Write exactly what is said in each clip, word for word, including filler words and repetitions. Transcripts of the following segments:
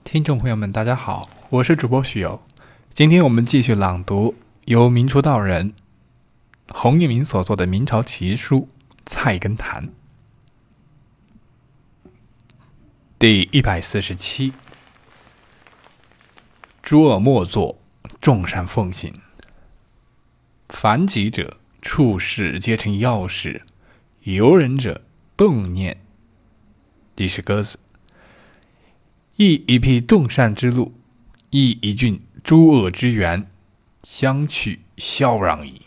听众朋友们大家好，我是主播许由。今天我们继续朗读由明初道人洪应明所作的明朝奇书《菜根谭》第一百四十七。诸恶莫作，众善奉行。凡己者，处事皆成要事；尤人者，动念。第十歌子。亦一辟众善之路，亦一郡诸恶之源，相去萧壤矣。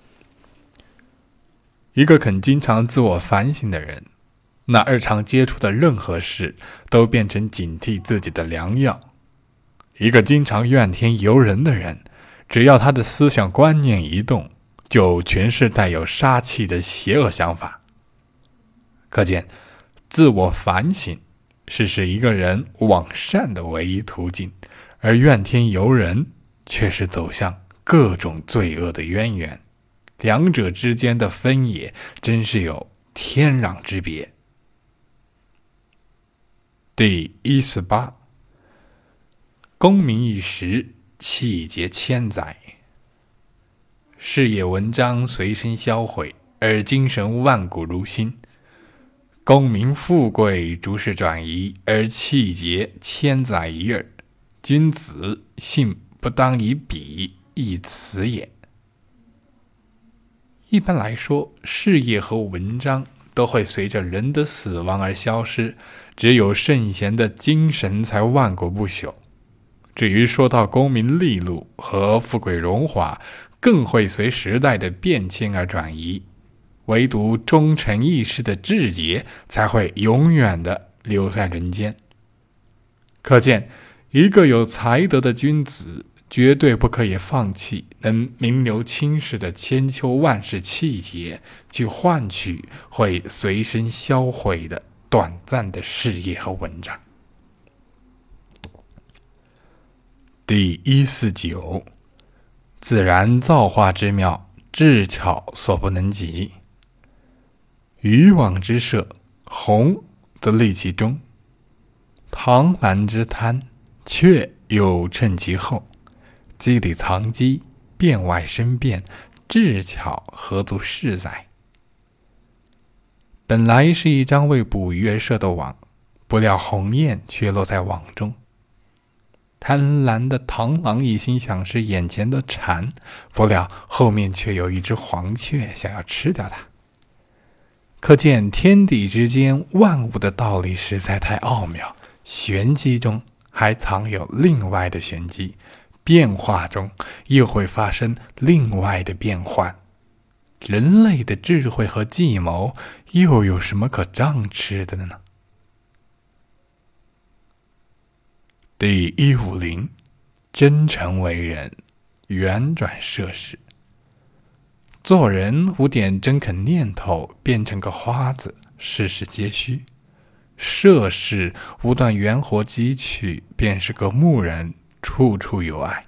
一个肯经常自我反省的人，那日常接触的任何事都变成警惕自己的良药。一个经常怨天尤人的人，只要他的思想观念一动，就全是带有杀气的邪恶想法。可见，自我反省是使一个人往善的唯一途径，而怨天尤人却是走向各种罪恶的渊源，两者之间的分野真是有天壤之别。第一四八，功名一时，气节千载。事业文章随身销毁，而精神万古如新。功名富贵逐世转移，而气节千载一耳。君子信不当以彼，亦此也。一般来说，事业和文章都会随着人的死亡而消失，只有圣贤的精神才万古不朽。至于说到功名利禄和富贵荣华，更会随时代的变迁而转移，唯独忠诚义士的志节才会永远的留在人间。可见，一个有才德的君子绝对不可以放弃能名留青史的千秋万世气节，去换取会随身销毁的短暂的事业和文章。第一四九，自然造化之妙，智巧所不能及。渔网之设，鸿则立其中；螳螂之贪，雀又趁其后。机里藏机，变外生变，智巧何足适哉？本来是一张为捕鱼而设的网，不料鸿雁却落在网中。贪婪的螳螂一心想吃眼前的蝉，不料后面却有一只黄雀想要吃掉它。可见天地之间万物的道理实在太奥妙，玄机中还藏有另外的玄机，变化中又会发生另外的变幻。人类的智慧和计谋又有什么可仗持的呢？第一五零，真诚为人，圆转涉世。做人无点真恳念头，变成个花子，事事皆虚；涉世无断圆活汲取，便是个木人，处处有碍。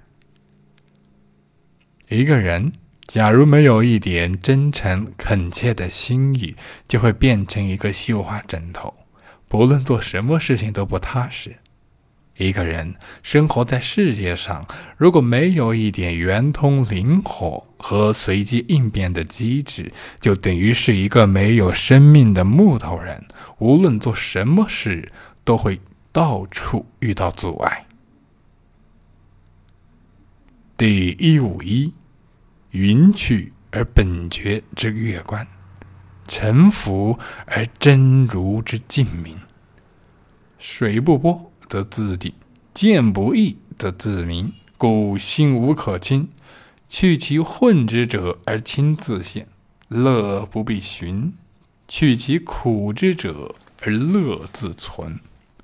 一个人假如没有一点真诚恳切的心意，就会变成一个绣花枕头，不论做什么事情都不踏实。一个人生活在世界上，如果没有一点圆通灵活和随机应变的机制，就等于是一个没有生命的木头人，无论做什么事都会到处遇到阻碍。第一五一，云去而本觉之月观，沉浮而真如之静明。水不波则自定，见不异则自明，故心无可亲。去其混之者而亲自现，乐不必寻；去其苦之者而乐自存。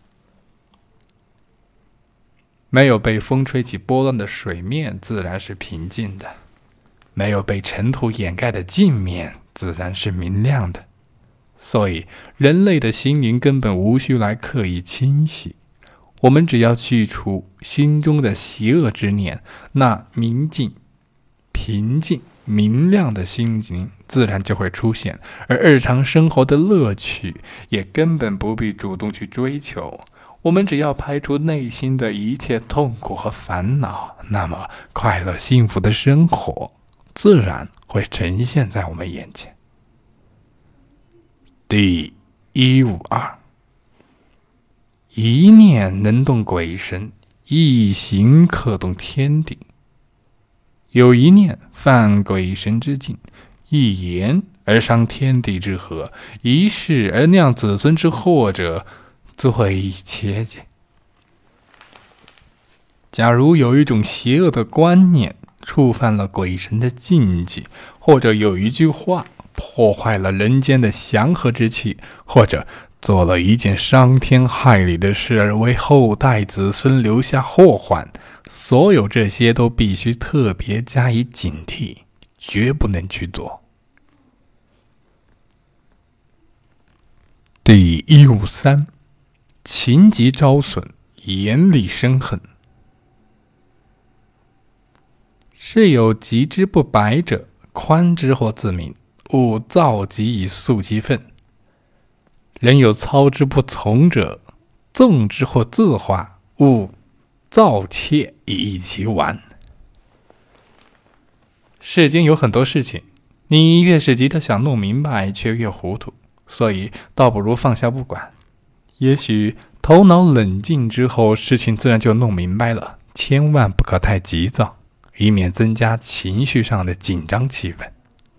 没有被风吹起波浪的水面自然是平静的，没有被尘土掩盖的镜面自然是明亮的。所以人类的心灵根本无需来刻意清洗，我们只要去除心中的邪恶之念，那明净、平静、明亮的心灵自然就会出现，而日常生活的乐趣也根本不必主动去追求， 我们只要排除内心的一切痛苦和烦恼，那么快乐幸福的生活自然会呈现在我们眼前。第一五二，一念能动鬼神，一行可动天地。有一念犯鬼神之禁，一言而伤天地之和，一事而酿子孙之祸者，最切戒。假如有一种邪恶的观念触犯了鬼神的禁忌，或者有一句话破坏了人间的祥和之气，或者做了一件伤天害理的事而为后代子孙留下祸患，所有这些都必须特别加以警惕，绝不能去做。第一五三，情急招损，严厉生恨。是有急之不白者，宽之或自明，勿躁急以肃其愤。人有操之不从者，纵之或自化，勿躁切以益其完。世间有很多事情，你越是急着想弄明白，却越糊涂，所以倒不如放下不管。也许头脑冷静之后，事情自然就弄明白了，千万不可太急躁，以免增加情绪上的紧张气氛。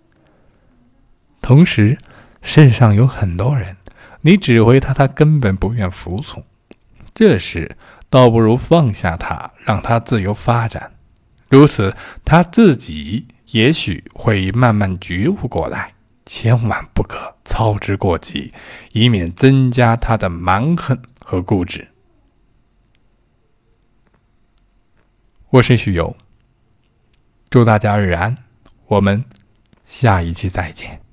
同时，世上有很多人，你指挥他，他根本不愿服从，这时倒不如放下他，让他自由发展，如此他自己也许会慢慢觉悟过来。千万不可操之过急，以免增加他的蛮横和固执。我是许由，祝大家日安，我们下一期再见。